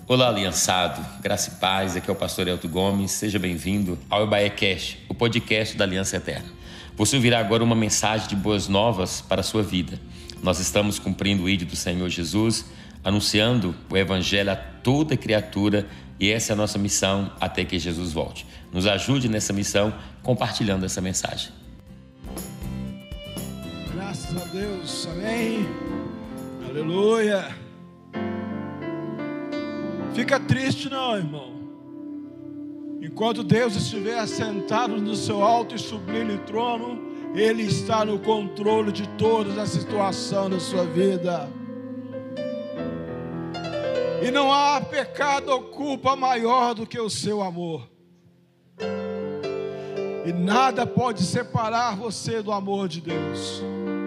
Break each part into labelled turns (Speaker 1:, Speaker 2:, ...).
Speaker 1: Olá, aliançado, graça e paz, aqui é o pastor Elton Gomes, seja bem-vindo ao EbaeCast, o podcast da Aliança Eterna. Você ouvirá agora uma mensagem de boas novas para a sua vida. Nós estamos cumprindo o ídolo do Senhor Jesus, anunciando o Evangelho a toda criatura, e essa é a nossa missão até que Jesus volte. Nos ajude nessa missão compartilhando essa mensagem.
Speaker 2: Graças a Deus, amém, aleluia. Fica triste não, irmão. Enquanto Deus estiver assentado no seu alto e sublime trono, Ele está no controle de toda a situação da sua vida. E não há pecado ou culpa maior do que o seu amor. E nada pode separar você do amor de Deus.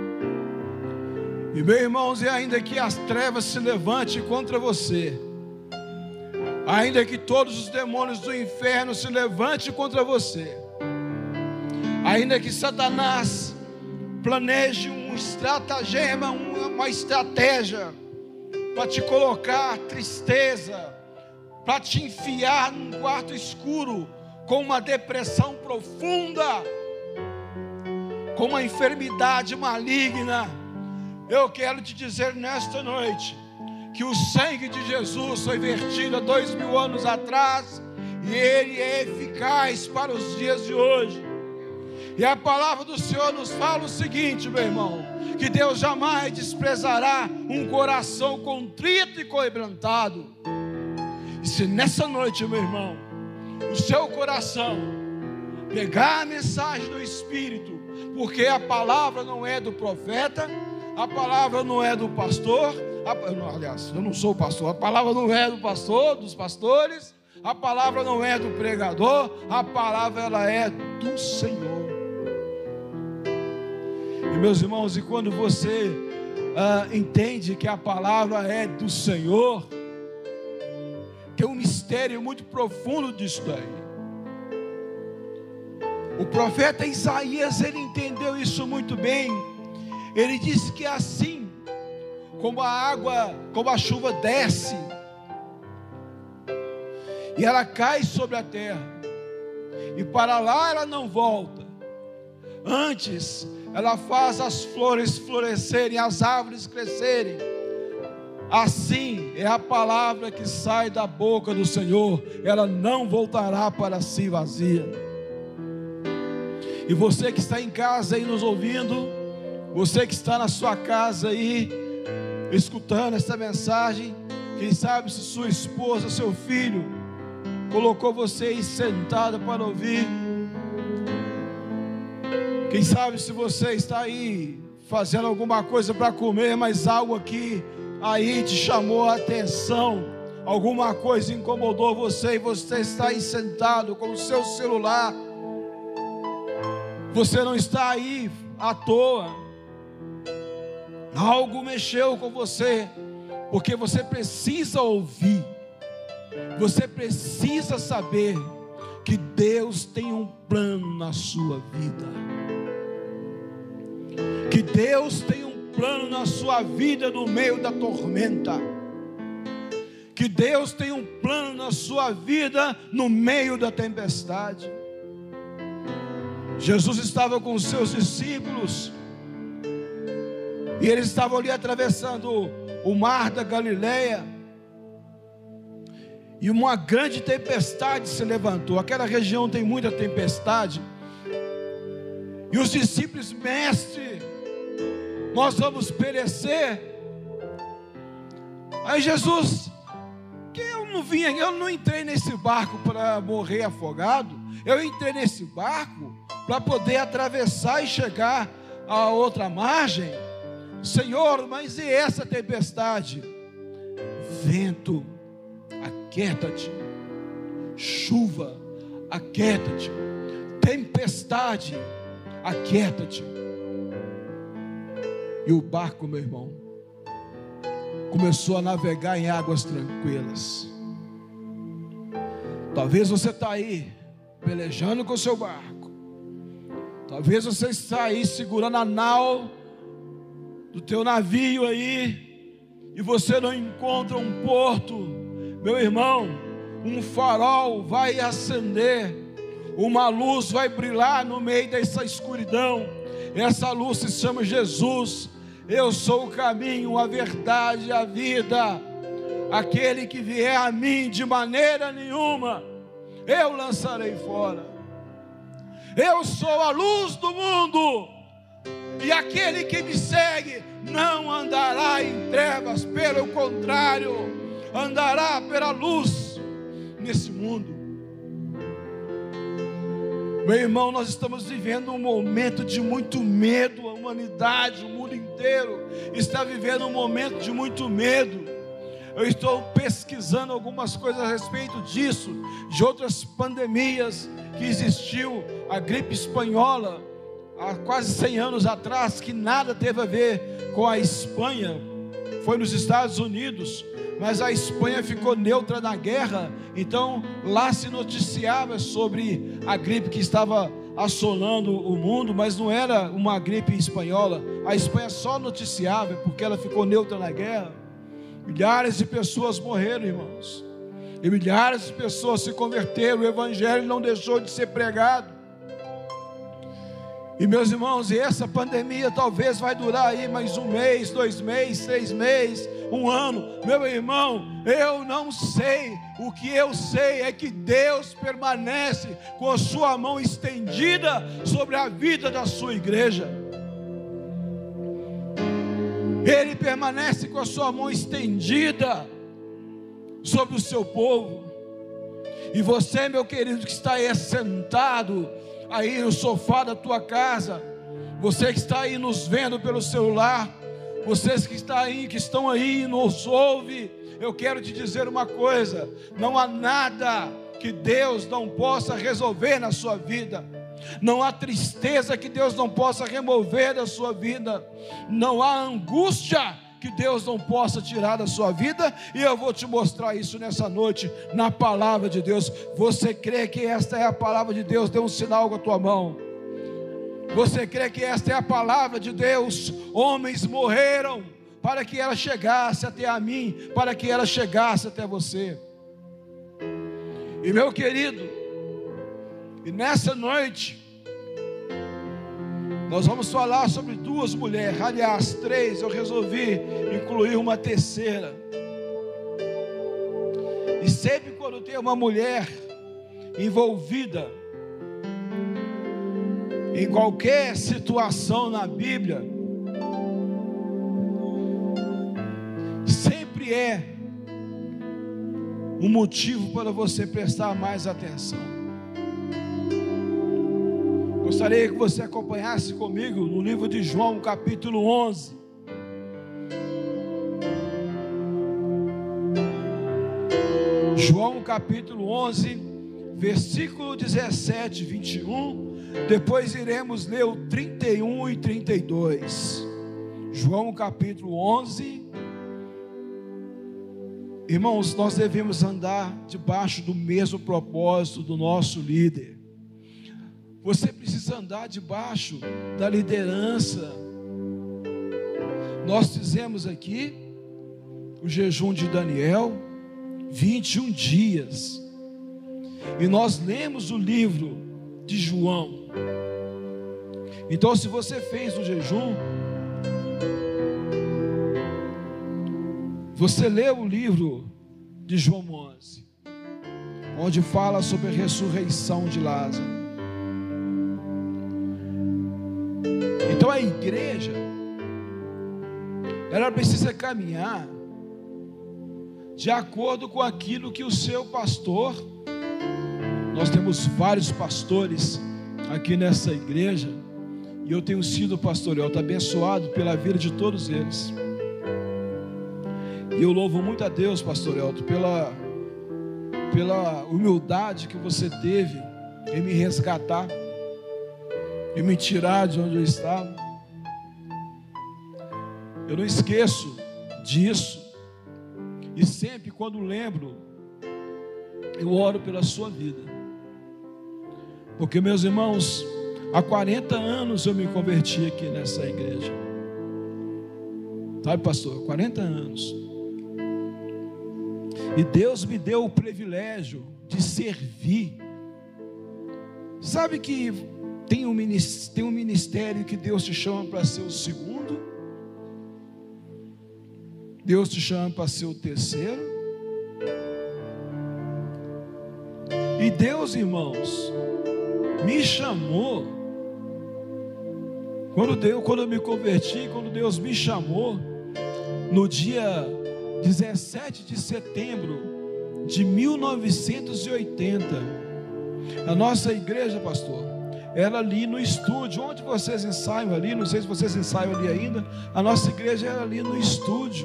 Speaker 2: E meus irmãos, e ainda que as trevas se levantem contra você, ainda que todos os demônios do inferno se levantem contra você, ainda que Satanás planeje um estratagema, uma estratégia para te colocar tristeza, para te enfiar num quarto escuro com uma depressão profunda, com uma enfermidade maligna, eu quero te dizer nesta noite que o sangue de Jesus foi vertido há 2000 anos atrás e Ele é eficaz para os dias de hoje. E a palavra do Senhor nos fala o seguinte, meu irmão, que Deus jamais desprezará um coração contrito e quebrantado. E se nessa noite, meu irmão, o seu coração pegar a mensagem do Espírito, porque a palavra não é do profeta, a palavra não é do pastor, aliás, eu não sou pastor, a palavra não é do pastor, dos pastores, a palavra não é do pregador, a palavra ela é do Senhor. E meus irmãos, e quando você entende que a palavra é do Senhor, tem um mistério muito profundo disso daí. O profeta Isaías, ele entendeu isso muito bem. Ele disse que assim como a água, como a chuva desce e ela cai sobre a terra, e para lá ela não volta, antes ela faz as flores florescerem, as árvores crescerem, assim é a palavra que sai da boca do Senhor, ela não voltará para si vazia. E você que está em casa aí nos ouvindo, você que está na sua casa aí escutando essa mensagem, quem sabe se sua esposa, seu filho colocou você aí sentado para ouvir, quem sabe se você está aí fazendo alguma coisa para comer, mas algo aqui aí te chamou a atenção, alguma coisa incomodou você e você está aí sentado com o seu celular, você não está aí à toa. Algo mexeu com você, porque você precisa ouvir, você precisa saber que Deus tem um plano na sua vida, que Deus tem um plano na sua vida no meio da tormenta, que Deus tem um plano na sua vida no meio da tempestade. Jesus estava com os seus discípulos, e eles estavam ali atravessando o mar da Galileia, e uma grande tempestade se levantou. Aquela região tem muita tempestade, e os discípulos, mestre, nós vamos perecer. Aí Jesus, que eu não entrei nesse barco para morrer afogado, eu entrei nesse barco para poder atravessar e chegar à outra margem. Senhor, mas e essa tempestade? Vento, aquieta-te. Chuva, aquieta-te. Tempestade, aquieta-te. E o barco, meu irmão, começou a navegar em águas tranquilas. Talvez você está aí pelejando com o seu barco. Talvez você está aí segurando a nau do teu navio aí, e você não encontra um porto, Meu irmão, um farol vai acender, uma luz vai brilhar no meio dessa escuridão. Essa luz se chama Jesus. Eu sou o caminho, a verdade e a vida. Aquele que vier a mim de maneira nenhuma eu lançarei fora. Eu sou a luz do mundo, e aquele que me segue não andará em trevas, pelo contrário, andará pela luz nesse mundo. Meu irmão, nós estamos vivendo um momento de muito medo. A humanidade, o mundo inteiro está vivendo um momento de muito medo. Eu estou pesquisando algumas coisas a respeito disso, de outras pandemias que existiu. A gripe espanhola, há quase 100 anos atrás, que nada teve a ver com a Espanha, foi nos Estados Unidos, mas a Espanha ficou neutra na guerra. Então lá se noticiava sobre a gripe que estava assolando o mundo, mas não era uma gripe espanhola. A Espanha só noticiava porque ela ficou neutra na guerra. Milhares de pessoas morreram, irmãos, e milhares de pessoas se converteram. O evangelho não deixou de ser pregado. E meus irmãos, e essa pandemia talvez vai durar aí mais 1 mês, 2 meses, 3 meses, 1 ano. Meu irmão, eu não sei. O que eu sei é que Deus permanece com a sua mão estendida sobre a vida da sua igreja. Ele permanece com a sua mão estendida sobre o seu povo. E você, meu querido, que está aí sentado aí no sofá da tua casa, você que está aí nos vendo pelo celular, vocês que estão aí e nos ouve, eu quero te dizer uma coisa: não há nada que Deus não possa resolver na sua vida. Não há tristeza que Deus não possa remover da sua vida. Não há angústia que Deus não possa tirar da sua vida. E eu vou te mostrar isso nessa noite, na palavra de Deus. Você crê que esta é a palavra de Deus? Dê um sinal com a tua mão. Você crê que esta é a palavra de Deus? Homens morreram para que ela chegasse até a mim, para que ela chegasse até você. E meu querido, e nessa noite nós vamos falar sobre 2 mulheres, aliás 3, eu resolvi incluir uma terceira. E sempre quando tem uma mulher envolvida em qualquer situação na Bíblia, sempre é um motivo para você prestar mais atenção. Gostaria que você acompanhasse comigo no livro de João, capítulo 11. João, capítulo 11, versículo 17, 21. Depois iremos ler o 31 e 32. João, capítulo 11. Irmãos, nós devemos andar debaixo do mesmo propósito do nosso líder. Você precisa andar debaixo da liderança. Nós fizemos aqui o jejum de Daniel, 21 dias. E nós lemos o livro de João. Então, se você fez o jejum, você leu o livro de João 11, onde fala sobre a ressurreição de Lázaro. Então a igreja, ela precisa caminhar de acordo com aquilo que o seu pastor, nós temos vários pastores aqui nessa igreja, e eu tenho sido pastor Elton, abençoado pela vida de todos eles. E eu louvo muito a Deus, pastor Elton, pela humildade que você teve em me resgatar, e me tirar de onde eu estava. Eu não esqueço disso, e sempre quando lembro, eu oro pela sua vida, porque, meus irmãos, há 40 anos eu me converti aqui nessa igreja, sabe, pastor, 40 anos, E Deus me deu o privilégio de servir. Sabe que tem um ministério que Deus te chama para ser o segundo, Deus te chama para ser o terceiro, e Deus, irmãos, me chamou, quando eu me converti, quando Deus me chamou, no dia 17 de setembro de 1980, a nossa igreja, pastor, era ali no estúdio, onde vocês ensaiam ali, não sei se vocês ensaiam ali ainda, a nossa igreja era ali no estúdio,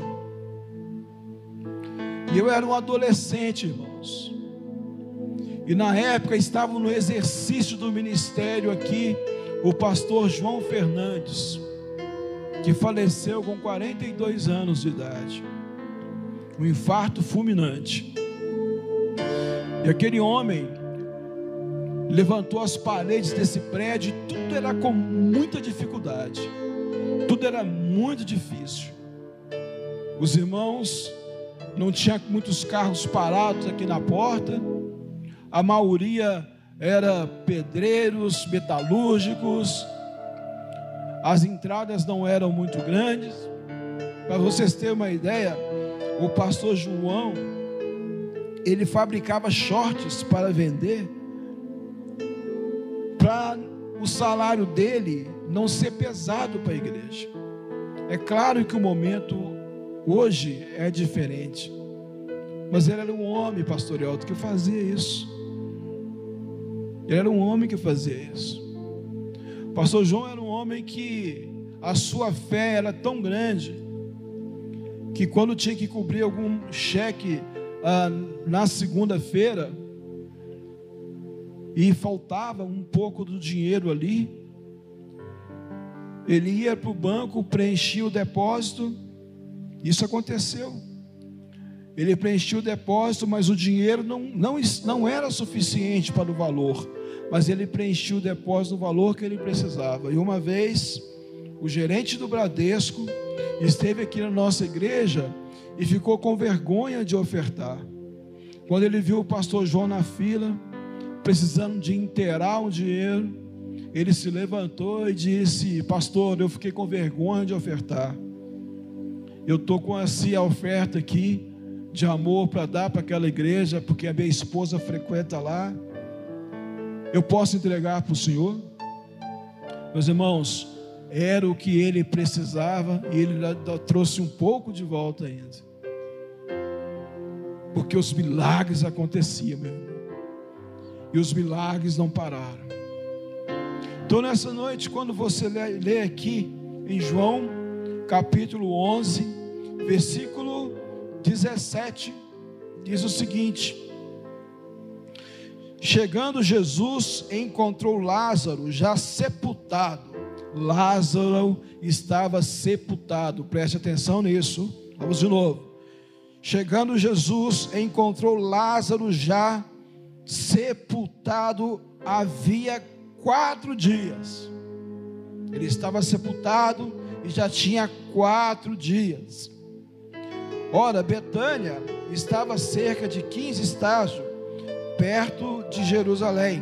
Speaker 2: e eu era um adolescente, irmãos, e na época estava no exercício do ministério aqui, o pastor João Fernandes, que faleceu com 42 anos de idade, um infarto fulminante. E aquele homem levantou as paredes desse prédio, e tudo era com muita dificuldade, tudo era muito difícil. Os irmãos não tinham muitos carros parados aqui na porta, a maioria era pedreiros, metalúrgicos, as entradas não eram muito grandes. Para vocês terem uma ideia, o pastor João, ele fabricava shorts para vender, para o salário dele não ser pesado para a igreja. É claro que o momento hoje é diferente, mas ele era um homem, pastor Elton, que fazia isso. Ele era um homem que fazia isso. O pastor João era um homem que a sua fé era tão grande, que quando tinha que cobrir algum cheque na segunda-feira, e faltava um pouco do dinheiro ali, ele ia para o banco, preenchia o depósito. Isso aconteceu. Ele preenchia o depósito, mas o dinheiro não era suficiente para o valor, mas ele preenchia o depósito no valor que ele precisava. E uma vez, o gerente do Bradesco esteve aqui na nossa igreja e ficou com vergonha de ofertar. Quando ele viu o pastor João na fila, precisando de inteirar um dinheiro, ele se levantou e disse: pastor, eu fiquei com vergonha de ofertar. Eu estou com a oferta aqui de amor para dar para aquela igreja, porque a minha esposa frequenta lá. Eu posso entregar para o Senhor? Meus irmãos, era o que ele precisava, e ele trouxe um pouco de volta ainda, porque os milagres aconteciam, meu irmão, e os milagres não pararam. Então nessa noite, quando você lê aqui em João capítulo 11, versículo 17, diz o seguinte: chegando Jesus, encontrou Lázaro já sepultado. Lázaro estava sepultado, preste atenção nisso. Vamos de novo. Chegando Jesus, encontrou Lázaro já sepultado havia 4 dias. Ele estava sepultado e já tinha 4 dias. Ora, Betânia estava a cerca de 15 estágios perto de Jerusalém.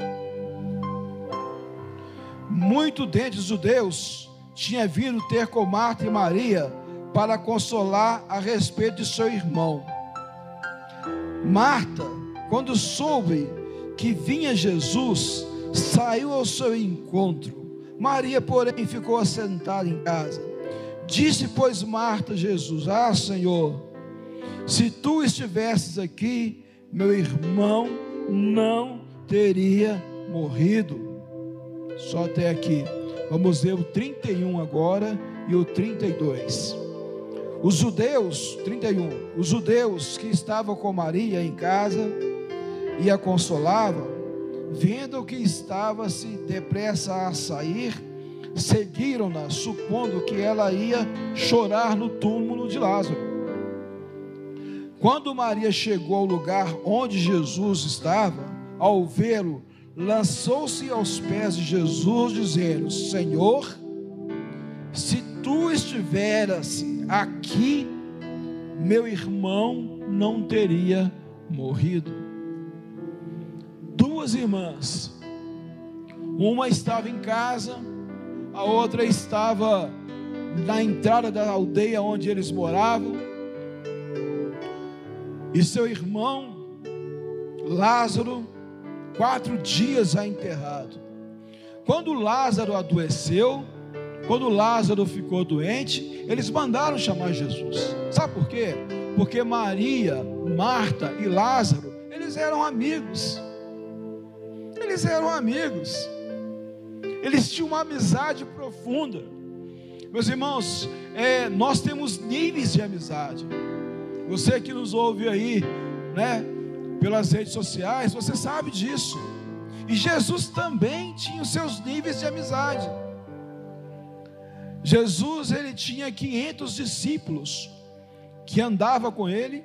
Speaker 2: Muito dentre os judeus tinha vindo ter com Marta e Maria para consolar a respeito de seu irmão. Marta, quando soube que vinha Jesus, saiu ao seu encontro. Maria, porém, ficou assentada em casa. Disse, pois, Marta a Jesus: ah, Senhor, se tu estivesses aqui, meu irmão não teria morrido. Só até aqui. Vamos ler o 31 agora e o 32. Os judeus, 31, os judeus que estavam com Maria em casa e a consolavam, vendo que estava-se depressa a sair, seguiram-na, supondo que ela ia chorar no túmulo de Lázaro. Quando Maria chegou ao lugar onde Jesus estava, ao vê-lo, lançou-se aos pés de Jesus, dizendo: Senhor, se tu estiveras aqui, meu irmão não teria morrido. Duas irmãs, uma estava em casa, a outra estava na entrada da aldeia onde eles moravam, e seu irmão Lázaro, 4 dias já enterrado. Quando Lázaro adoeceu, quando Lázaro ficou doente, eles mandaram chamar Jesus. Sabe por quê? Porque Maria, Marta e Lázaro, eles eram amigos. Eles eram amigos. Eles tinham uma amizade profunda. Meus irmãos, nós temos níveis de amizade. Você que nos ouve aí, né, pelas redes sociais, você sabe disso. E Jesus também tinha os seus níveis de amizade. Jesus, ele tinha 500 discípulos que andavam com ele.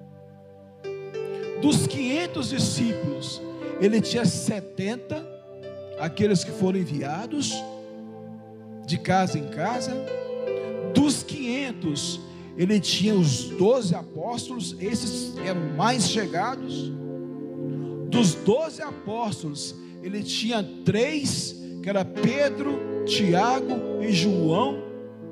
Speaker 2: Dos 500 discípulos, ele tinha 70, aqueles que foram enviados de casa em casa. Dos 500, ele tinha os 12 apóstolos, esses eram mais chegados. Dos 12 apóstolos, ele tinha 3, que era Pedro, Tiago e João.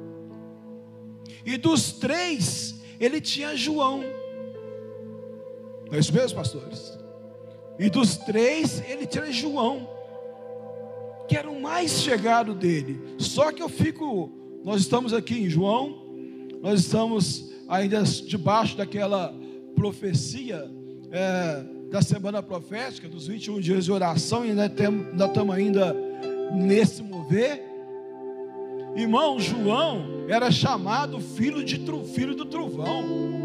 Speaker 2: E dos 3, ele tinha João. Não é isso mesmo, pastores? E dos 3, ele tinha João, que era o mais chegado dele. Só que nós estamos aqui em João, nós estamos ainda debaixo daquela profecia da semana profética, dos 21 dias de oração, e ainda estamos ainda nesse mover. Irmão, João era chamado filho do trovão.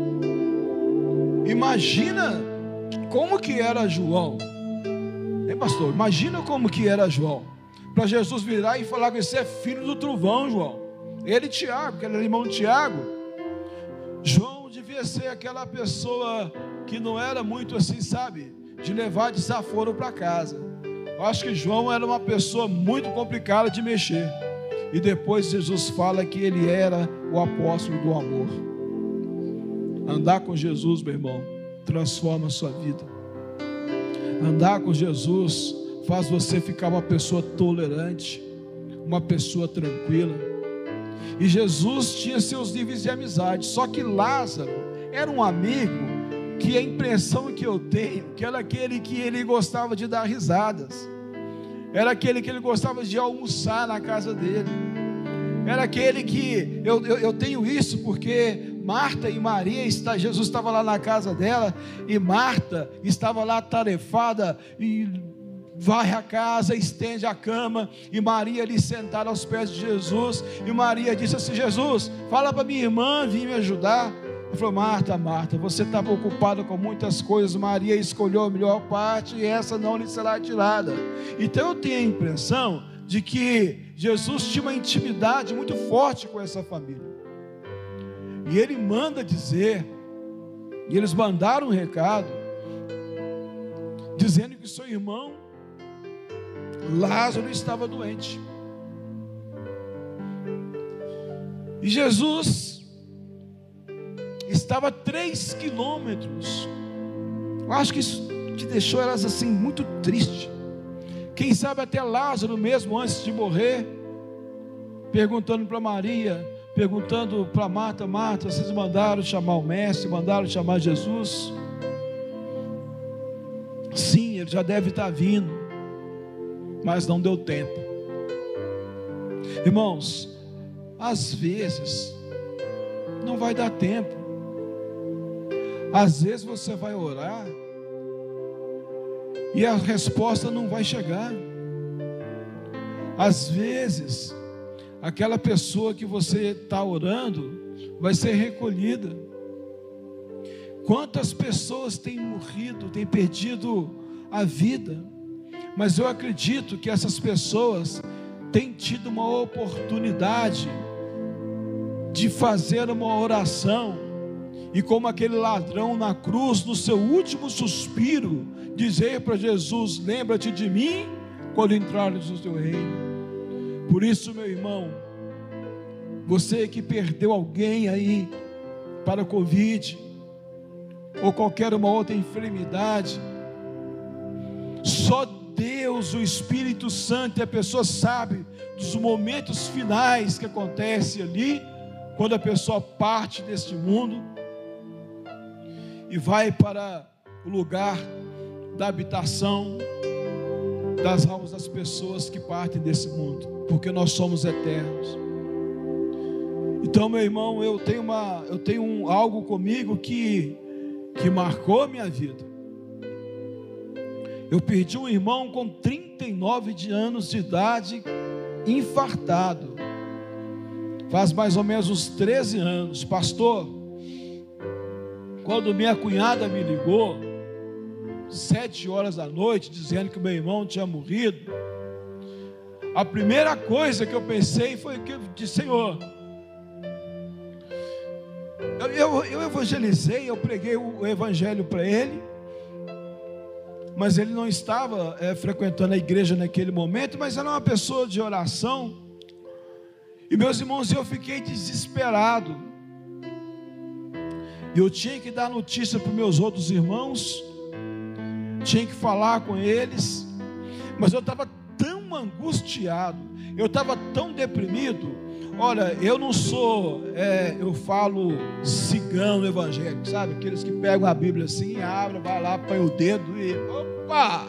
Speaker 2: Imagina como que era João, hein, pastor? Imagina como que era João, para Jesus virar e falar que você é filho do trovão, João. Ele e Tiago, que era irmão de Tiago. João devia ser aquela pessoa que não era muito assim, sabe, de levar desaforo para casa. Eu acho que João era uma pessoa muito complicada de mexer. E depois Jesus fala que ele era o apóstolo do amor. Andar com Jesus, meu irmão, transforma a sua vida. Andar com Jesus faz você ficar uma pessoa tolerante, uma pessoa tranquila. E Jesus tinha seus níveis de amizade. Só que Lázaro era um amigo que a impressão que eu tenho, que era aquele que ele gostava de dar risadas, era aquele que ele gostava de almoçar na casa dele, era aquele que, eu tenho isso porque Marta e Maria, Jesus estava lá na casa dela, e Marta estava lá atarefada, e varre a casa, estende a cama, e Maria ali sentada aos pés de Jesus, e Maria disse assim: Jesus, fala para minha irmã vir me ajudar. Ele falou: Marta, Marta, você estava ocupada com muitas coisas, Maria escolheu a melhor parte, e essa não lhe será tirada. Então eu tenho a impressão de que Jesus tinha uma intimidade muito forte com essa família, e ele manda dizer, e eles mandaram um recado, dizendo que seu irmão Lázaro estava doente. E Jesus estava a 3 quilômetros. Eu acho que isso que deixou elas assim muito tristes. Quem sabe até Lázaro mesmo, antes de morrer, perguntando para Maria, perguntando para Marta: Marta, vocês mandaram chamar o mestre, mandaram chamar Jesus? Sim, ele já deve estar vindo, mas não deu tempo. Irmãos, às vezes não vai dar tempo. Às vezes você vai orar e a resposta não vai chegar. Às vezes aquela pessoa que você está orando vai ser recolhida. Quantas pessoas têm morrido, têm perdido a vida, mas eu acredito que essas pessoas têm tido uma oportunidade de fazer uma oração, e como aquele ladrão na cruz, no seu último suspiro, dizer para Jesus: lembra-te de mim quando entrares no teu reino. Por isso, meu irmão, você que perdeu alguém aí, para o Covid ou qualquer uma outra enfermidade. Só Deus, o Espírito Santo, e a pessoa sabe dos momentos finais que acontece ali, quando a pessoa parte deste mundo e vai para o lugar da habitação das almas das pessoas que partem desse mundo, porque nós somos eternos. Então, meu irmão, eu tenho algo comigo que marcou a minha vida. Eu perdi um irmão com 39 anos de idade, infartado, faz mais ou menos uns 13 anos. Pastor, quando minha cunhada me ligou 7 horas da noite, dizendo que meu irmão tinha morrido, a primeira coisa que eu pensei foi que eu disse: Senhor, eu evangelizei, eu preguei o evangelho para ele, mas ele não estava frequentando a igreja naquele momento, mas era uma pessoa de oração. E meus irmãos, eu fiquei desesperado. Eu tinha que dar notícia para os meus outros irmãos, tinha que falar com eles, mas eu estava tão angustiado, eu estava tão deprimido. Olha, eu não sou, eu falo cigano evangélico, sabe? Aqueles que pegam a Bíblia assim, abrem, vai lá, põe o dedo e opa!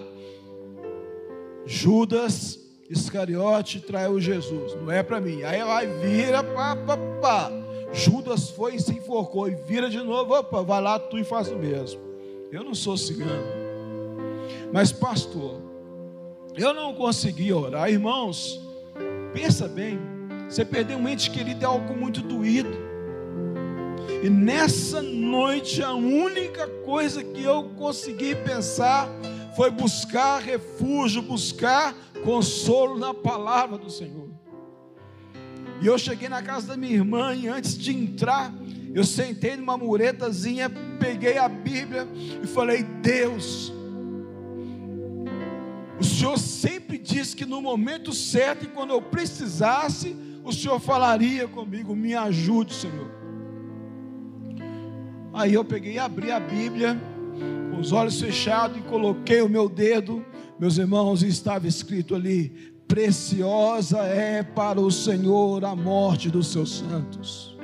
Speaker 2: Judas Iscariote traiu Jesus, não é para mim. Aí vai, vira, pá. Judas foi e se enforcou, e vira de novo, opa, vai lá tu e faz o mesmo. Eu não sou cigano. Mas pastor, eu não consegui orar. Irmãos, pensa bem, você perder um ente querido é algo muito doído. E nessa noite a única coisa que eu consegui pensar foi buscar refúgio, buscar consolo na palavra do Senhor. E eu cheguei na casa da minha irmã e antes de entrar, eu sentei numa muretazinha, peguei a Bíblia e falei: Deus, o Senhor sempre disse que no momento certo e quando eu precisasse, o Senhor falaria comigo, me ajude, Senhor. Aí eu peguei e abri a Bíblia, com os olhos fechados, e coloquei o meu dedo. Meus irmãos, estava escrito ali: preciosa é para o Senhor a morte dos seus santos.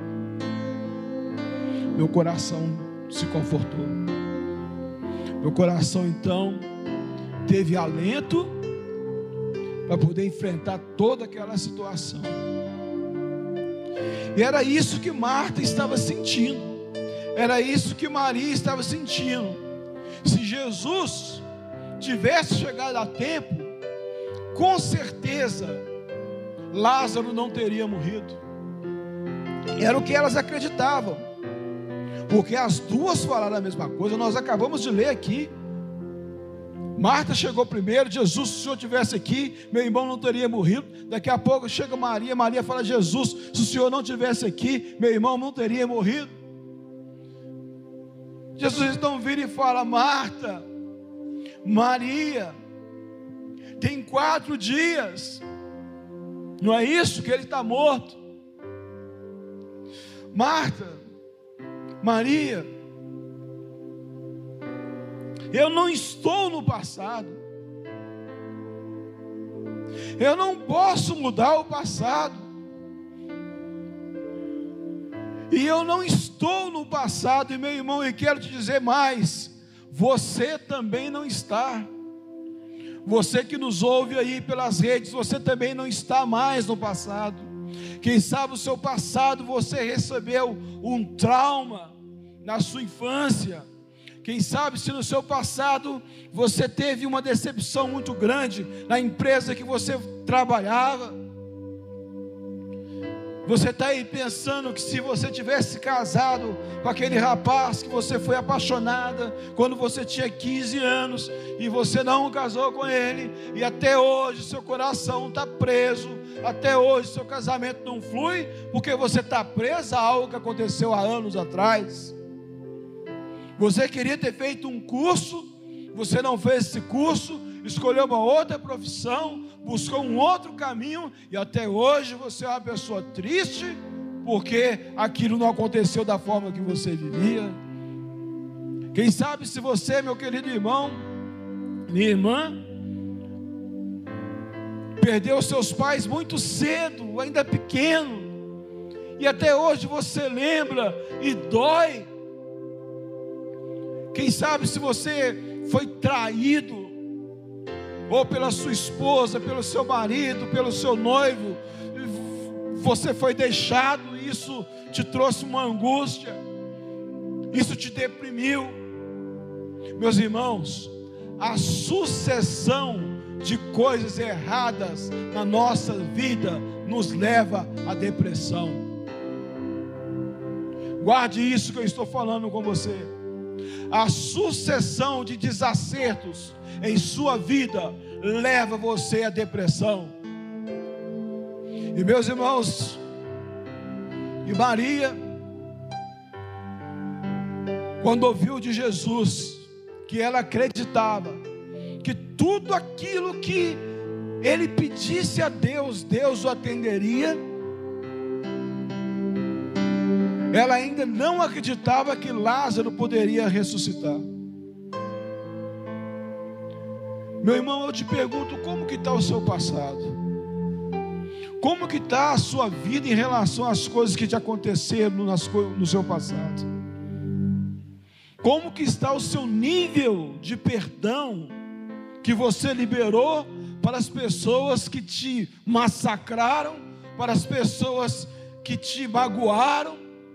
Speaker 2: Meu coração se confortou. Meu coração então teve alento para poder enfrentar toda aquela situação. E era isso que Marta estava sentindo, era isso que Maria estava sentindo. Se Jesus tivesse chegado a tempo, com certeza Lázaro não teria morrido. Era o que elas acreditavam, porque as duas falaram a mesma coisa. Nós acabamos de ler aqui. Marta chegou primeiro: Jesus, se o Senhor estivesse aqui, meu irmão não teria morrido. Daqui a pouco chega Maria, Maria fala: Jesus, se o Senhor não estivesse aqui, meu irmão não teria morrido. Jesus então vira e fala: Marta, Maria, tem 4 dias, não é isso que ele está morto? Marta, Maria, eu não estou no passado, eu não posso mudar o passado, e eu não estou no passado. E meu irmão, eu quero te dizer mais, você também não está. Você que nos ouve aí pelas redes, você também não está mais no passado. Quem sabe o seu passado você recebeu um trauma na sua infância. Quem sabe se no seu passado você teve uma decepção muito grande na empresa que você trabalhava. Você está aí pensando que se você tivesse casado com aquele rapaz que você foi apaixonada quando você tinha 15 anos e você não casou com ele, e até hoje seu coração está preso, até hoje seu casamento não flui, porque você está preso a algo que aconteceu há anos atrás. Você queria ter feito um curso, você não fez esse curso, escolheu uma outra profissão, buscou um outro caminho, e até hoje você é uma pessoa triste, porque aquilo não aconteceu da forma que você vivia. Quem sabe se você, meu querido irmão, minha irmã, perdeu seus pais muito cedo, ainda pequeno, e até hoje você lembra e dói. Quem sabe se você foi traído, ou pela sua esposa, pelo seu marido, pelo seu noivo, você foi deixado, e isso te trouxe uma angústia, isso te deprimiu. Meus irmãos, a sucessão de coisas erradas na nossa vida nos leva à depressão. Guarde isso que eu estou falando com você. A sucessão de desacertos em sua vida leva você à depressão. E meus irmãos, e Maria, quando ouviu de Jesus que ela acreditava que tudo aquilo que ele pedisse a Deus, Deus o atenderia, ela ainda não acreditava que Lázaro poderia ressuscitar. Meu irmão, eu te pergunto, como que está o seu passado? Como que está a sua vida em relação às coisas que te aconteceram no seu passado? Como que está o seu nível de perdão que você liberou para as pessoas que te massacraram, para as pessoas que te magoaram?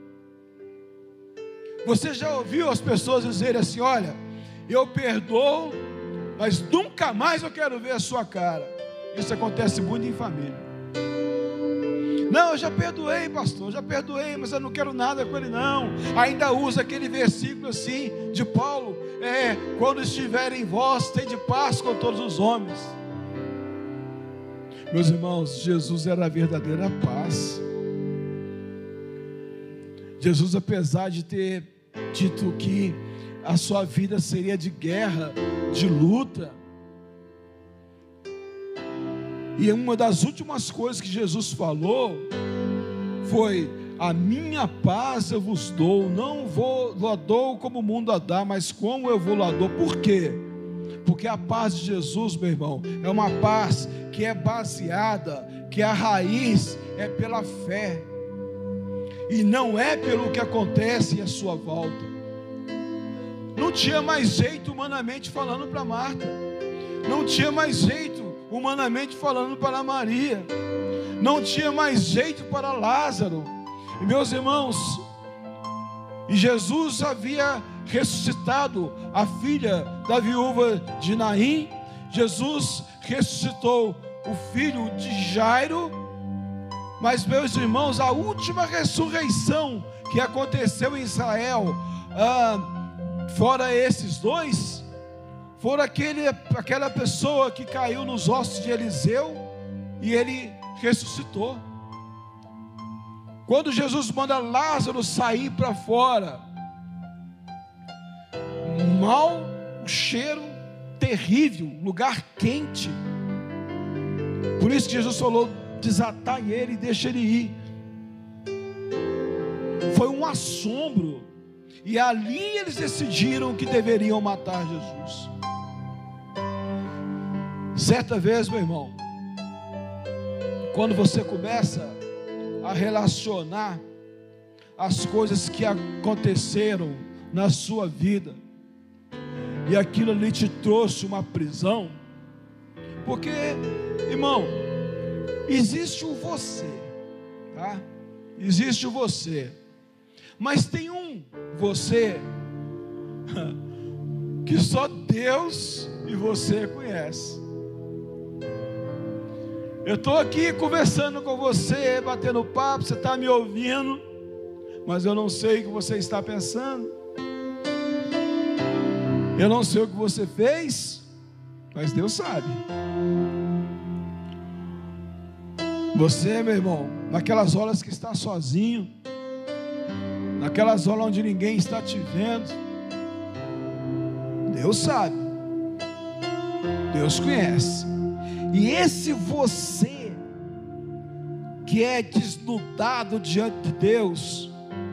Speaker 2: Você já ouviu as pessoas dizerem assim: olha, eu perdoo, mas nunca mais eu quero ver a sua cara? Isso acontece muito em família. Não, eu já perdoei, pastor, eu já perdoei, mas eu não quero nada com ele não. Ainda usa aquele versículo assim de Paulo: quando estiverem vós, tende paz com todos os homens. Meus irmãos, Jesus era a verdadeira paz. Jesus, apesar de ter dito que a sua vida seria de guerra, de luta, e uma das últimas coisas que Jesus falou foi: a minha paz eu vos dou, não vou dou como o mundo a dá, mas como eu vou lá dou. Por quê? Porque a paz de Jesus, meu irmão, é uma paz que é baseada, que a raiz é pela fé, e não é pelo que acontece à sua volta. Não tinha mais jeito humanamente falando para Marta, não tinha mais jeito humanamente falando para Maria, não tinha mais jeito para Lázaro. E meus irmãos, e Jesus havia ressuscitado a filha da viúva de Naim, Jesus ressuscitou o filho de Jairo. Mas meus irmãos, a última ressurreição que aconteceu em Israel, fora esses dois, foram aquela pessoa que caiu nos ossos de Eliseu e ele ressuscitou. Quando Jesus manda Lázaro sair para fora, um cheiro terrível, lugar quente. Por isso que Jesus falou: desatai ele e deixa ele ir. Foi um assombro, e ali eles decidiram que deveriam matar Jesus. Certa vez, meu irmão, quando você começa a relacionar as coisas que aconteceram na sua vida, e aquilo ali te trouxe uma prisão, porque, irmão, existe o você, tá? Existe o você, mas tem um você que só Deus e você conhece. Eu estou aqui conversando com você, batendo papo, você está me ouvindo, mas eu não sei o que você está pensando, eu não sei o que você fez, mas Deus sabe. Você, meu irmão, naquelas horas que está sozinho, naquelas horas onde ninguém está te vendo, Deus sabe, Deus conhece. E esse você que é desnudado diante de Deus.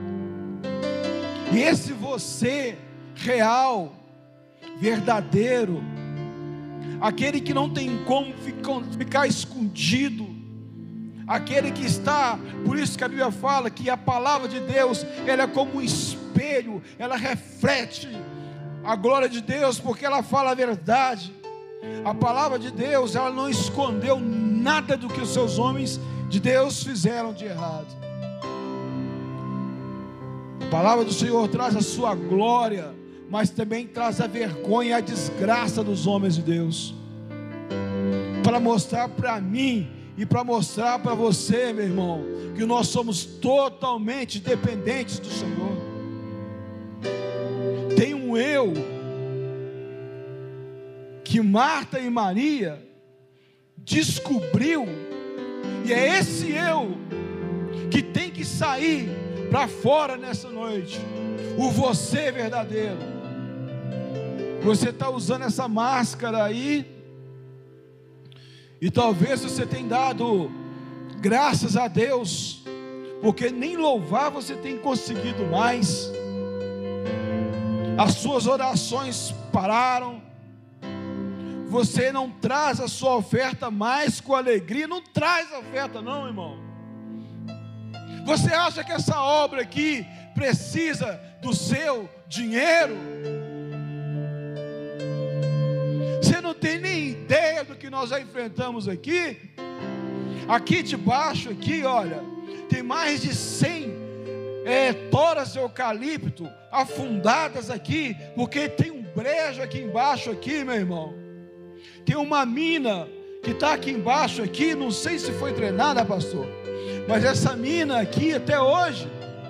Speaker 2: E esse você real, verdadeiro, aquele que não tem como ficar escondido, aquele que está, por isso que a Bíblia fala que a palavra de Deus, ela é como um espelho, ela reflete a glória de Deus, porque ela fala a verdade. A palavra de Deus, ela não escondeu nada do que os seus homens de Deus fizeram de errado. A palavra do Senhor traz a sua glória, mas também traz a vergonha e a desgraça dos homens de Deus, para mostrar para mim e para mostrar para você, meu irmão, que nós somos totalmente dependentes do Senhor. Tem um eu que Marta e Maria descobriu, e é esse eu que tem que sair para fora nessa noite. O você verdadeiro. Você está usando essa máscara aí, e talvez você tenha dado graças a Deus, porque nem louvar você tem conseguido mais. As suas orações pararam. Você não traz a sua oferta mais com alegria. Não traz a oferta não, irmão. Você acha que essa obra aqui precisa do seu dinheiro? Você não tem nem ideia do que nós já enfrentamos aqui. Aqui debaixo, aqui, olha, tem mais de 100 toras de eucalipto afundadas aqui, porque tem um brejo aqui embaixo, aqui, meu irmão. Tem uma mina que está aqui embaixo, aqui, não sei se foi treinada, pastor, mas essa mina aqui até hoje.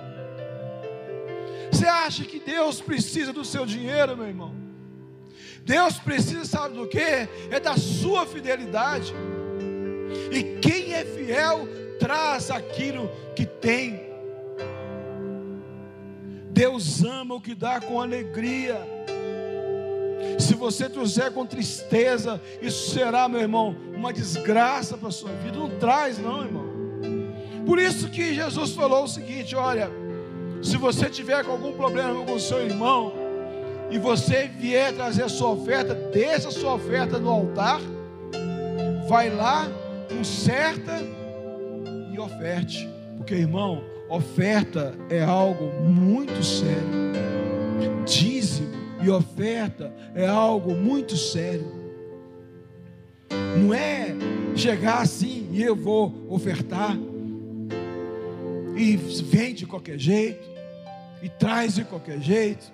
Speaker 2: Você acha que Deus precisa do seu dinheiro, meu irmão? Deus precisa, sabe do que? É da sua fidelidade. E quem é fiel traz aquilo que tem. Deus ama o que dá com alegria. Se você trouxer com tristeza, isso será, meu irmão, uma desgraça para a sua vida. Não traz não, irmão. Por isso que Jesus falou o seguinte: olha, se você tiver com algum problema com o seu irmão, e você vier trazer a sua oferta, deixa a sua oferta no altar, vai lá, conserta e oferte. Porque, irmão, oferta é algo muito sério. Dízimo e oferta é algo muito sério. Não é chegar assim e eu vou ofertar, e vem de qualquer jeito, e traz de qualquer jeito.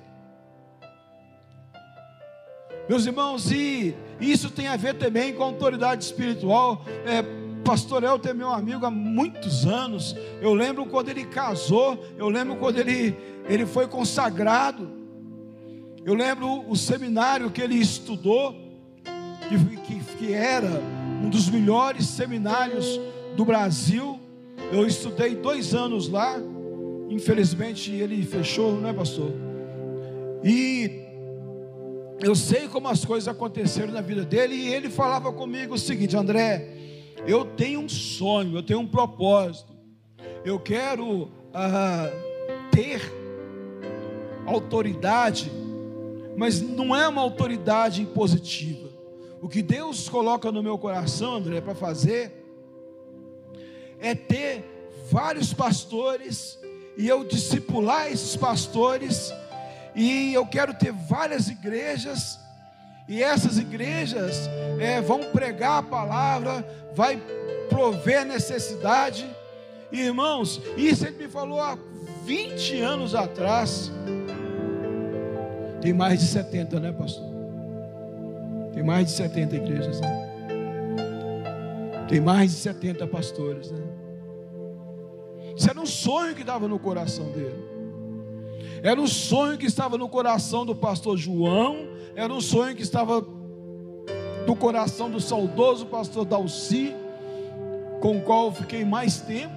Speaker 2: Meus irmãos, e isso tem a ver também com a autoridade espiritual. Pastor Elton é meu amigo há muitos anos. Eu lembro quando ele casou, eu lembro quando ele foi consagrado, eu lembro o seminário que ele estudou, que era um dos melhores seminários do Brasil. Eu estudei 2 anos lá, infelizmente ele fechou, não é, pastor? E eu sei como as coisas aconteceram na vida dele, e ele falava comigo o seguinte: André, eu tenho um sonho, eu tenho um propósito, eu quero ter autoridade, mas não é uma autoridade impositiva. O que Deus coloca no meu coração, André, para fazer, é ter vários pastores, e eu discipular esses pastores, e eu quero ter várias igrejas, e essas igrejas vão pregar a palavra, vai prover necessidade. E, irmãos, isso ele me falou há 20 anos atrás. Tem mais de 70, né, pastor? Tem mais de 70 igrejas, né? Tem mais de 70 pastores, né? Isso era um sonho que estava no coração dele. Era um sonho que estava no coração do pastor João. Era um sonho que estava no coração do saudoso pastor Dalci, com o qual eu fiquei mais tempo.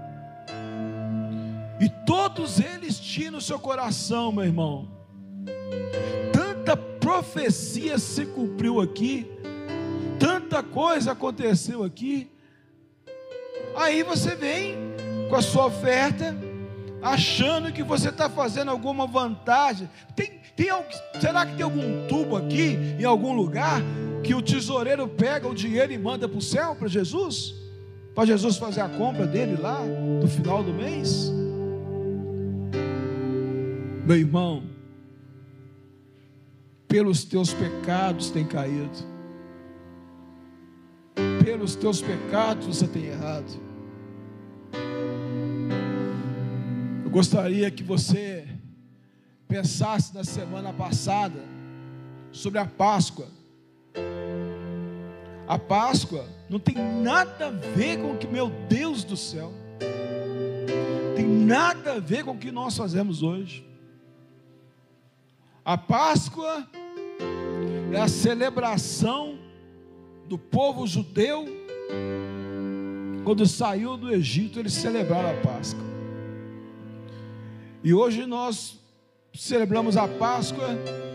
Speaker 2: E todos eles tinham no seu coração, meu irmão. Tanta profecia se cumpriu aqui, tanta coisa aconteceu aqui. Aí você vem com a sua oferta, achando que você está fazendo alguma vantagem. Será que tem algum tubo aqui, em algum lugar, que o tesoureiro pega o dinheiro e manda para o céu, para Jesus? Para Jesus fazer a compra dele lá, no final do mês? Meu irmão, pelos teus pecados tem caído, pelos teus pecados você tem errado. Eu gostaria que você pensasse na semana passada sobre a Páscoa. A Páscoa não tem nada a ver com o que, meu Deus do céu, tem nada a ver com o que nós fazemos hoje. A Páscoa é a celebração do povo judeu. Quando saiu do Egito, eles celebraram a Páscoa. E hoje nós celebramos a Páscoa,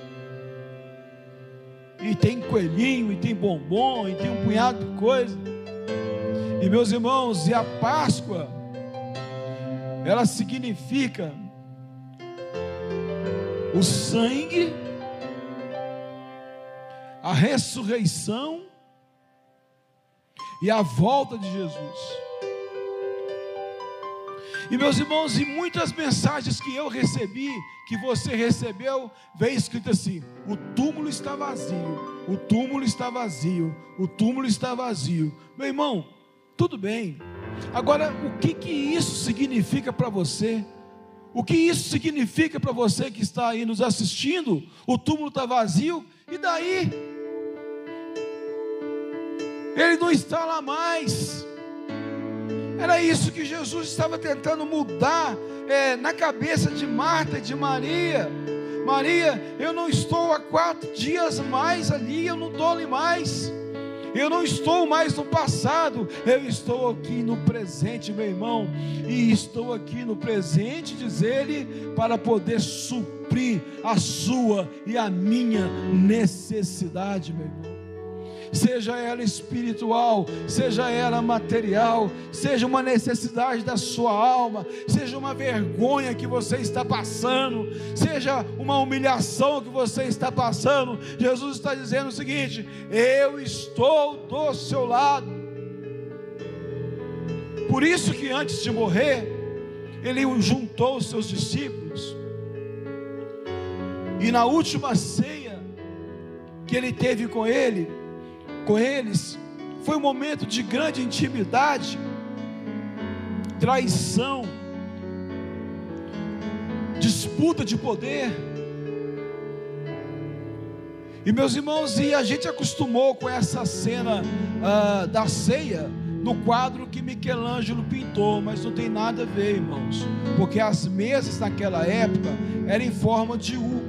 Speaker 2: e tem coelhinho, e tem bombom, e tem um punhado de coisa. E meus irmãos, e a Páscoa, ela significa o sangue, a ressurreição e a volta de Jesus. E meus irmãos, e muitas mensagens que eu recebi, que você recebeu, vem escrito assim: o túmulo está vazio, o túmulo está vazio, o túmulo está vazio. Meu irmão, tudo bem. Agora, o que isso significa para você? O que isso significa para você que está aí nos assistindo? O túmulo está vazio, e daí? Ele não está lá mais. Era isso que Jesus estava tentando mudar na cabeça de Marta e de Maria. Maria, eu não estou há 4 dias mais ali, eu não estou ali mais. Eu não estou mais no passado, eu estou aqui no presente, meu irmão. E estou aqui no presente, diz ele, para poder suprir a sua e a minha necessidade, meu irmão. Seja ela espiritual, seja ela material, seja uma necessidade da sua alma, seja uma vergonha que você está passando, seja uma humilhação que você está passando, Jesus está dizendo o seguinte: eu estou do seu lado. Por isso que antes de morrer, ele juntou os seus discípulos, e na última ceia que ele teve com eles, foi um momento de grande intimidade, traição, disputa de poder. E meus irmãos, e a gente acostumou com essa cena da ceia no quadro que Michelangelo pintou, mas não tem nada a ver, irmãos, porque as mesas naquela época eram em forma de U.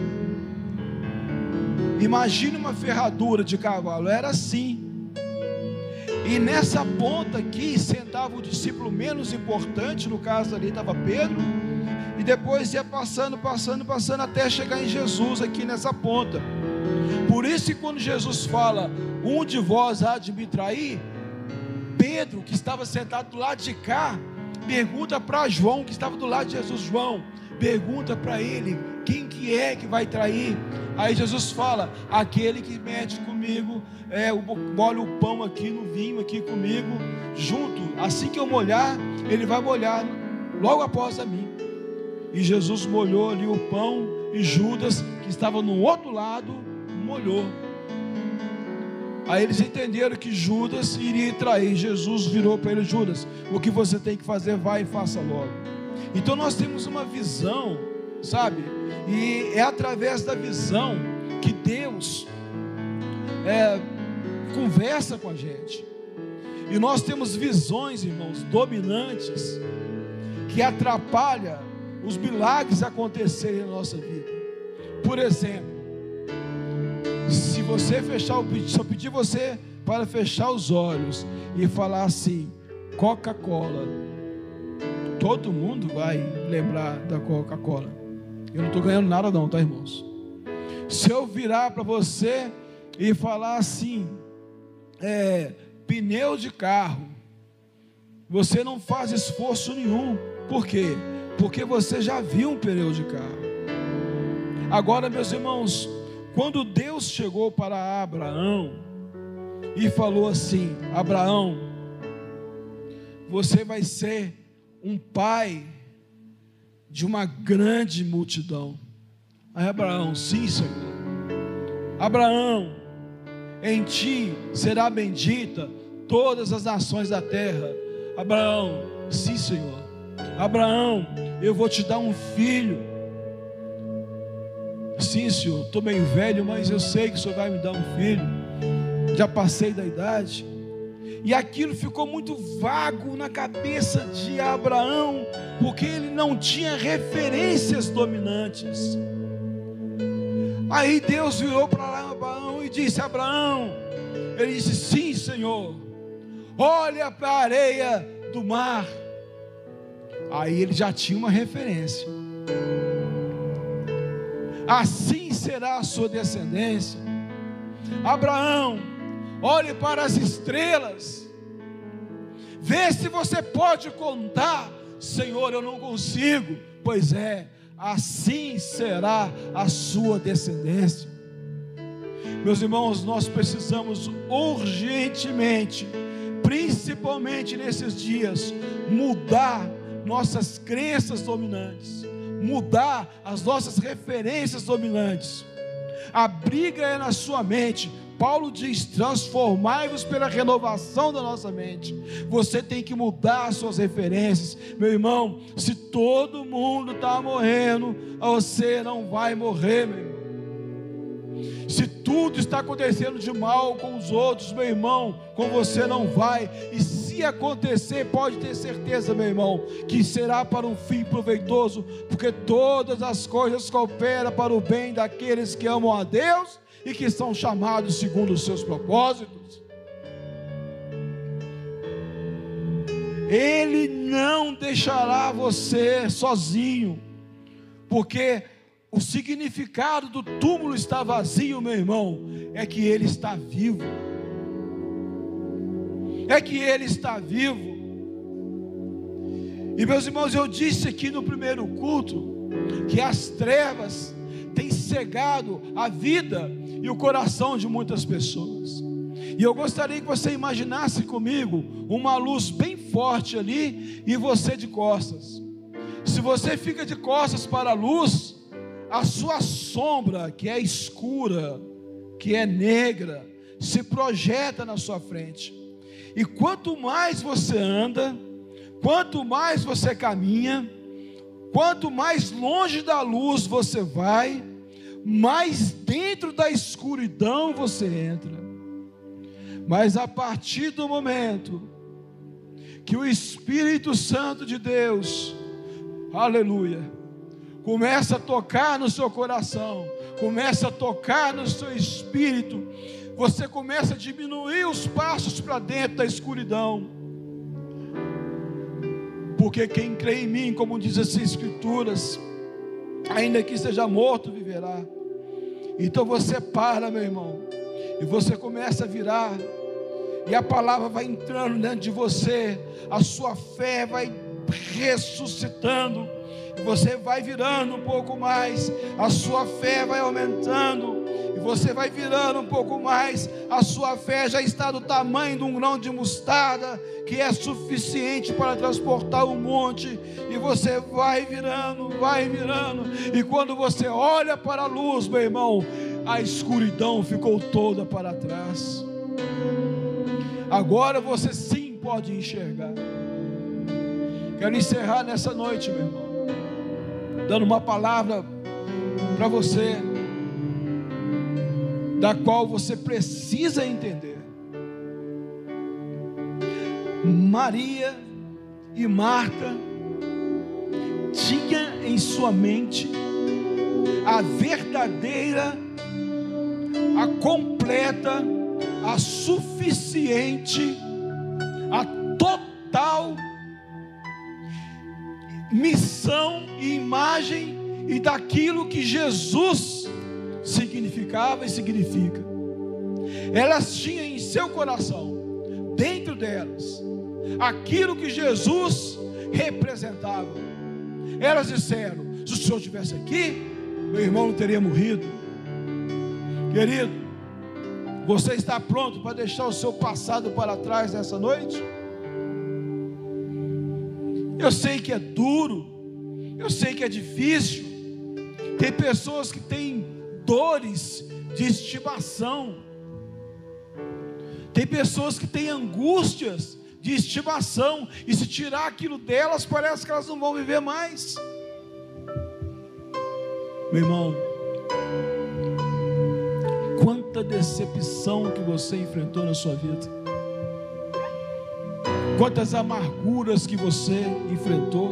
Speaker 2: Imagine uma ferradura de cavalo, era assim. E nessa ponta aqui sentava o discípulo menos importante, no caso ali estava Pedro, e depois ia passando até chegar em Jesus aqui nessa ponta. Por isso que quando Jesus fala: um de vós há de me trair, Pedro, que estava sentado do lado de cá, pergunta para João, que estava do lado de Jesus: João, pergunta para ele, quem que é que vai trair? Aí Jesus fala: aquele que mete comigo, molha o pão aqui no vinho aqui comigo, junto, assim que eu molhar, ele vai molhar logo após a mim. E Jesus molhou ali o pão, e Judas, que estava no outro lado, molhou. Aí eles entenderam que Judas iria trair. Jesus virou para ele: Judas, o que você tem que fazer, vai e faça logo. Então nós temos uma visão, sabe? E é através da visão que Deus conversa com a gente. E nós temos visões, irmãos, dominantes, que atrapalham os milagres acontecerem na nossa vida. Por exemplo, se você se eu pedir você para fechar os olhos e falar assim: Coca-Cola, todo mundo vai lembrar da Coca-Cola. Eu não estou ganhando nada não, tá, irmãos? Se eu virar para você e falar assim, pneu de carro, Você não faz esforço nenhum. Por quê? Porque você já viu um pneu de carro. Agora, meus irmãos, quando Deus chegou para Abraão e falou assim: Abraão, você vai ser um pai de uma grande multidão. Aí Abraão: sim, Senhor. Abraão, em ti será bendita todas as nações da terra. Abraão: sim, Senhor. Abraão, eu vou te dar um filho. Sim, Senhor, estou meio velho, mas eu sei que o Senhor vai me dar um filho. Já passei da idade. E aquilo ficou muito vago na cabeça de Abraão, porque ele não tinha referências dominantes. Aí Deus virou para Abraão e disse: Abraão, ele disse: sim, Senhor, olha para a areia do mar. Aí ele já tinha uma referência. Assim será a sua descendência. Abraão, olhe para as estrelas, vê se você pode contar. Senhor, eu não consigo. Pois é, assim será a sua descendência. Meus irmãos, nós precisamos urgentemente, principalmente nesses dias, mudar nossas crenças dominantes, mudar as nossas referências dominantes. A briga é na sua mente. Paulo diz: transformai-vos pela renovação da nossa mente. Você tem que mudar as suas referências. Meu irmão, se todo mundo está morrendo, você não vai morrer, meu irmão. Se tudo está acontecendo de mal com os outros, meu irmão, com você não vai. E se acontecer, pode ter certeza, meu irmão, que será para um fim proveitoso, porque todas as coisas cooperam para o bem daqueles que amam a Deus e que são chamados segundo os seus propósitos. Ele não deixará você sozinho, porque o significado do túmulo está vazio, meu irmão, é que ele está vivo. É que ele está vivo. E meus irmãos, eu disse aqui no primeiro culto que as trevas têm cegado a vida e o coração de muitas pessoas. E eu gostaria que você imaginasse comigo uma luz bem forte ali e você de costas. Se você fica de costas para a luz, a sua sombra, que é escura, que é negra, se projeta na sua frente. E quanto mais você anda, quanto mais você caminha, quanto mais longe da luz você vai, mais dentro da escuridão você entra. Mas a partir do momento que o Espírito Santo de Deus, aleluia, começa a tocar no seu coração, começa a tocar no seu espírito, você começa a diminuir os passos para dentro da escuridão. Porque quem crê em mim, como diz as Escrituras, ainda que seja morto, viverá. Então você para, meu irmão, e você começa a virar, e a palavra vai entrando dentro de você, a sua fé vai ressuscitando, e você vai virando um pouco mais, a sua fé vai aumentando, e você vai virando um pouco mais, a sua fé já está do tamanho de um grão de mostarda, que é suficiente para transportar um monte, e você vai virando, e quando você olha para a luz, meu irmão, a escuridão ficou toda para trás. Agora você sim pode enxergar. Quero encerrar nessa noite, meu irmão, dando uma palavra para você, da qual você precisa entender. Maria e Marta tinham em sua mente a verdadeira, a completa, a suficiente, a total missão e imagem e daquilo que Jesus significava e significa. Elas tinham em seu coração, dentro delas, aquilo que Jesus representava. Elas disseram: se o Senhor estivesse aqui, meu irmão não teria morrido. Querido, você está pronto para deixar o seu passado para trás nessa noite? Eu sei que é duro, eu sei que é difícil. Tem pessoas que têm dores de estimação, tem pessoas que têm angústias de estimação, e se tirar aquilo delas, parece que elas não vão viver mais. Meu irmão, quanta decepção que você enfrentou na sua vida, quantas amarguras que você enfrentou,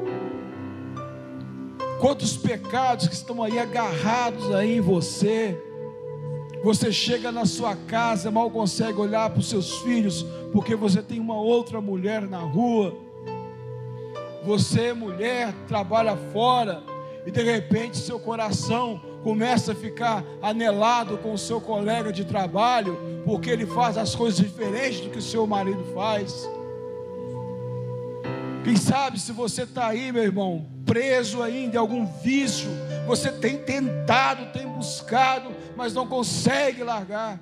Speaker 2: quantos pecados que estão aí agarrados aí em você. Você chega na sua casa, mal consegue olhar para os seus filhos, porque você tem uma outra mulher na rua. Você, mulher, trabalha fora, e de repente seu coração começa a ficar anelado com o seu colega de trabalho, porque ele faz as coisas diferentes do que o seu marido faz. Quem sabe, se você está aí, meu irmão, preso ainda em algum vício, você tem tentado, tem buscado, mas não consegue largar.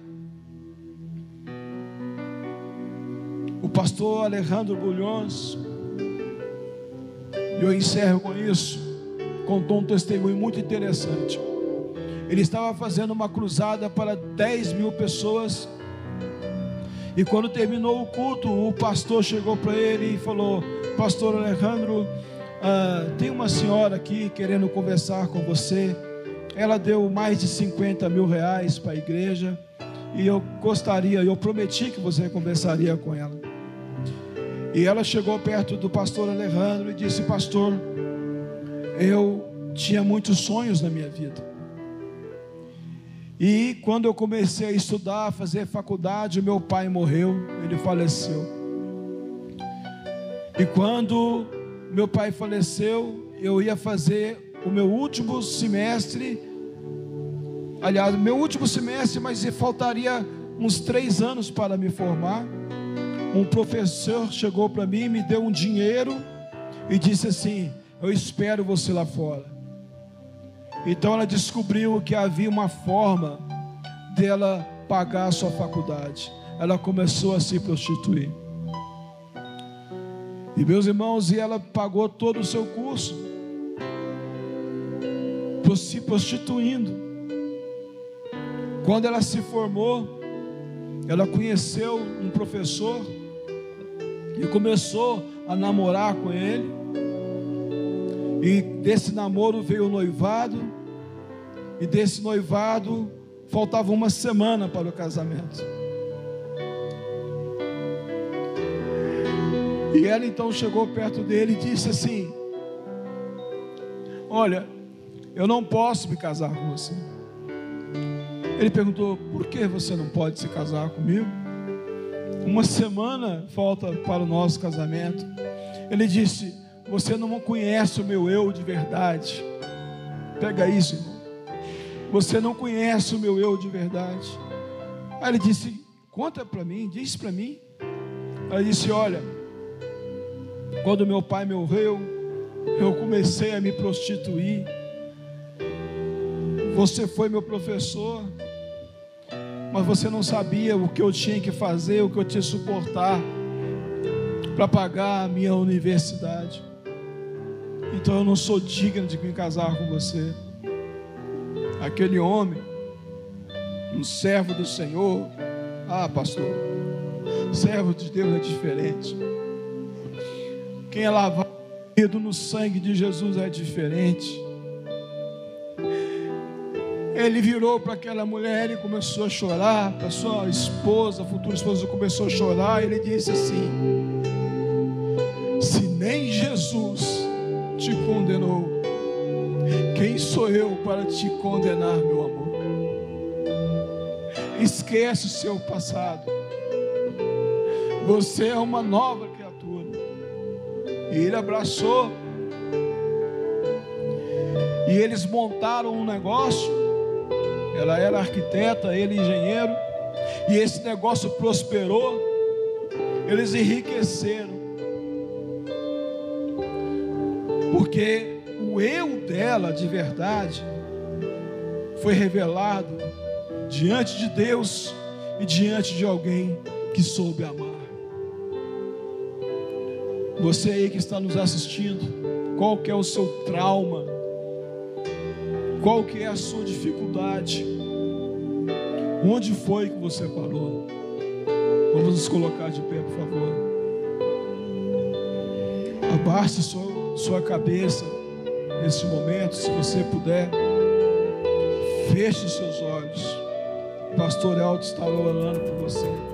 Speaker 2: O pastor Alejandro Bulhões, e eu encerro com isso, contou um testemunho muito interessante. Ele estava fazendo uma cruzada para 10 mil pessoas, e quando terminou o culto, o pastor chegou para ele e falou: pastor Alejandro, tem uma senhora aqui querendo conversar com você. Ela deu mais de 50 mil reais para a igreja, e eu prometi que você conversaria com ela. E ela chegou perto do pastor Alejandro e disse: pastor, eu tinha muitos sonhos na minha vida, e quando eu comecei a estudar, a fazer faculdade, meu pai morreu, ele faleceu. E quando meu pai faleceu, eu ia fazer o meu último semestre, mas faltaria uns 3 anos para me formar. Um professor chegou para mim, me deu um dinheiro e disse assim: eu espero você lá fora. Então ela descobriu que havia uma forma dela pagar a sua faculdade. Ela começou a se prostituir. E meus irmãos, ela pagou todo o seu curso, se prostituindo. Quando ela se formou, ela conheceu um professor e começou a namorar com ele. E desse namoro veio o noivado, e desse noivado faltava uma semana para o casamento. E ela então chegou perto dele e disse assim: olha, eu não posso me casar com você. Ele perguntou: por que você não pode se casar comigo? Uma semana falta para o nosso casamento. Ele disse: você não conhece o meu eu de verdade. Pega isso, irmão. Você não conhece o meu eu de verdade. Aí ele disse: conta para mim, diz para mim. Aí ele disse: olha, quando meu pai morreu, eu comecei a me prostituir. Você foi meu professor, mas você não sabia o que eu tinha que fazer, o que eu tinha que suportar para pagar a minha universidade. Então eu não sou digno de me casar com você. Aquele homem, um servo do Senhor, pastor, servo de Deus é diferente. Quem é lavado no sangue de Jesus é diferente. Ele virou para aquela mulher e começou a chorar, para sua esposa, a futura esposa, começou a chorar. Ele disse assim: se nem Jesus te condenou, quem sou eu para te condenar, meu amor? Esquece o seu passado. Você é uma nova criatura. E ele abraçou. E eles montaram um negócio. Ela era arquiteta, ele engenheiro. E esse negócio prosperou. eles enriqueceram, porque o eu dela de verdade foi revelado diante de Deus e diante de alguém que soube amar. Você aí que está nos assistindo, qual que é o seu trauma? Qual que é a sua dificuldade? Onde foi que você parou? Vamos nos colocar de pé, por favor. Abaixe sua cabeça nesse momento, se você puder. Feche os seus olhos. O pastor Elton está orando por você.